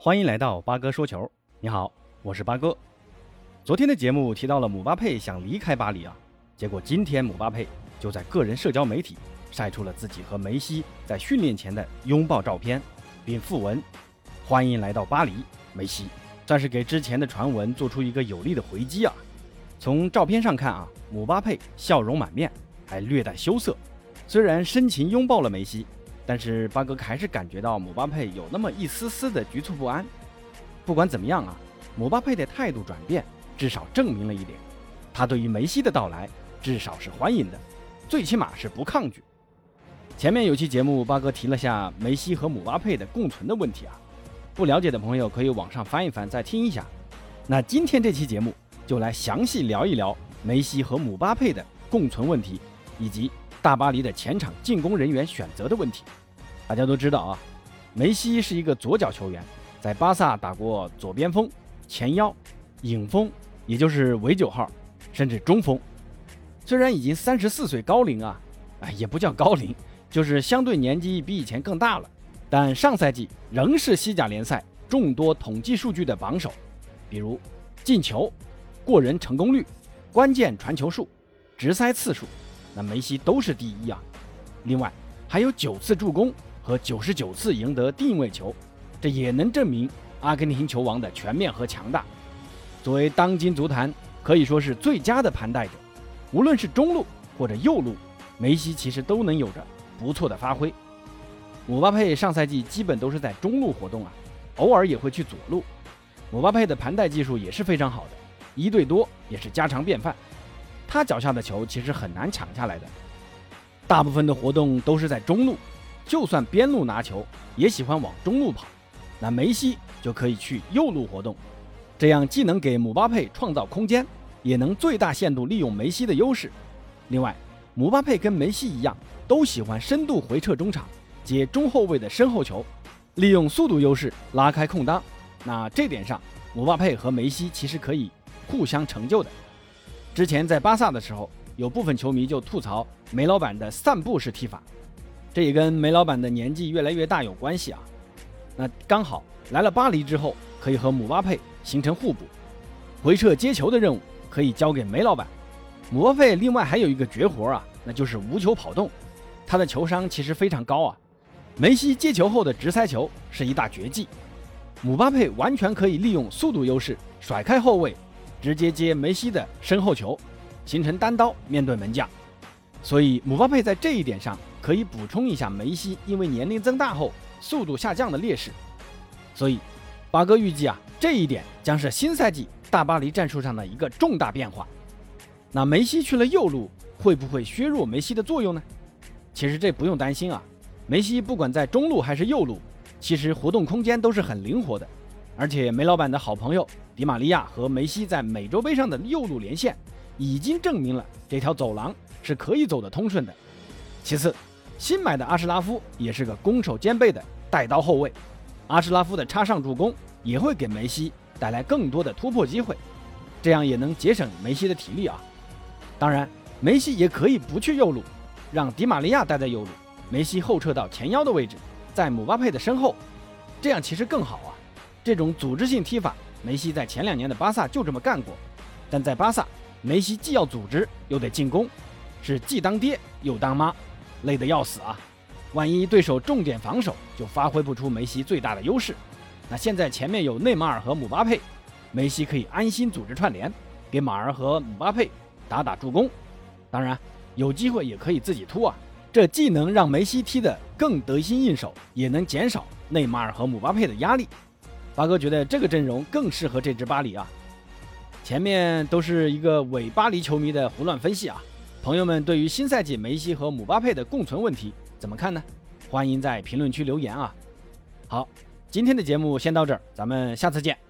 欢迎来到八哥说球。你好，我是八哥。昨天的节目提到了姆巴佩想离开巴黎啊，结果今天姆巴佩就在个人社交媒体晒出了自己和梅西在训练前的拥抱照片，并附文欢迎来到巴黎，梅西，算是给之前的传闻做出一个有力的回击啊。从照片上看啊，姆巴佩笑容满面，还略带羞涩，虽然深情拥抱了梅西，但是八哥还是感觉到姆巴佩有那么一丝丝的局促不安。不管怎么样啊，姆巴佩的态度转变至少证明了一点，他对于梅西的到来至少是欢迎的，最起码是不抗拒。前面有期节目八哥提了下梅西和姆巴佩的共存的问题啊，不了解的朋友可以网上翻一翻再听一下。那今天这期节目就来详细聊一聊梅西和姆巴佩的共存问题，以及大巴黎的前场进攻人员选择的问题。大家都知道啊，梅西是一个左脚球员，在巴萨打过左边锋、前腰、影锋，也就是伪9号，甚至中锋。虽然已经34岁高龄啊，也不叫高龄，就是相对年纪比以前更大了，但上赛季仍是西甲联赛众多统计数据的榜首，比如进球、过人成功率、关键传球数、直塞次数，那梅西都是第一啊。另外还有9次助攻和99次赢得定位球，这也能证明阿根廷球王的全面和强大。作为当今足坛可以说是最佳的盘带者，无论是中路或者右路，梅西其实都能有着不错的发挥。姆巴佩上赛季基本都是在中路活动啊，偶尔也会去左路。姆巴佩的盘带技术也是非常好的，一对多也是家常便饭，他脚下的球其实很难抢下来的。大部分的活动都是在中路，就算边路拿球也喜欢往中路跑，那梅西就可以去右路活动，这样既能给姆巴佩创造空间，也能最大限度利用梅西的优势。另外，姆巴佩跟梅西一样，都喜欢深度回撤中场，接中后卫的身后球，利用速度优势拉开空当。那这点上，姆巴佩和梅西其实可以互相成就的。之前在巴萨的时候，有部分球迷就吐槽梅老板的散步式踢法，这也跟梅老板的年纪越来越大有关系啊。那刚好来了巴黎之后，可以和姆巴佩形成互补，回撤接球的任务可以交给梅老板。姆巴佩另外还有一个绝活啊，那就是无球跑动，他的球商其实非常高啊。梅西接球后的直塞球是一大绝技，姆巴佩完全可以利用速度优势甩开后卫，直接接梅西的身后球，形成单刀面对门将。所以姆巴佩在这一点上可以补充一下梅西因为年龄增大后速度下降的劣势。所以八哥预计啊，这一点将是新赛季大巴黎战术上的一个重大变化。那梅西去了右路，会不会削弱梅西的作用呢？其实这不用担心啊，梅西不管在中路还是右路，其实活动空间都是很灵活的。而且梅老板的好朋友迪玛利亚和梅西在美洲杯上的右路连线，已经证明了这条走廊是可以走得通顺的。其次，新买的阿什拉夫也是个攻守兼备的带刀后卫，阿什拉夫的插上助攻也会给梅西带来更多的突破机会，这样也能节省梅西的体力啊。当然，梅西也可以不去右路，让迪玛利亚待在右路，梅西后撤到前腰的位置，在姆巴佩的身后，这样其实更好啊。这种组织性踢法，梅西在前2年的巴萨就这么干过，但在巴萨，梅西既要组织又得进攻，是既当爹又当妈，累得要死啊。万一对手重点防守，就发挥不出梅西最大的优势。那现在前面有内马尔和姆巴佩，梅西可以安心组织串联，给马尔和姆巴佩打打助攻。当然有机会也可以自己突啊，这既能让梅西踢得更得心应手，也能减少内马尔和姆巴佩的压力。八哥觉得这个阵容更适合这支巴黎啊。前面都是一个伪巴黎球迷的胡乱分析啊，朋友们对于新赛季梅西和姆巴佩的共存问题怎么看呢？欢迎在评论区留言啊。好，今天的节目先到这儿，咱们下次见。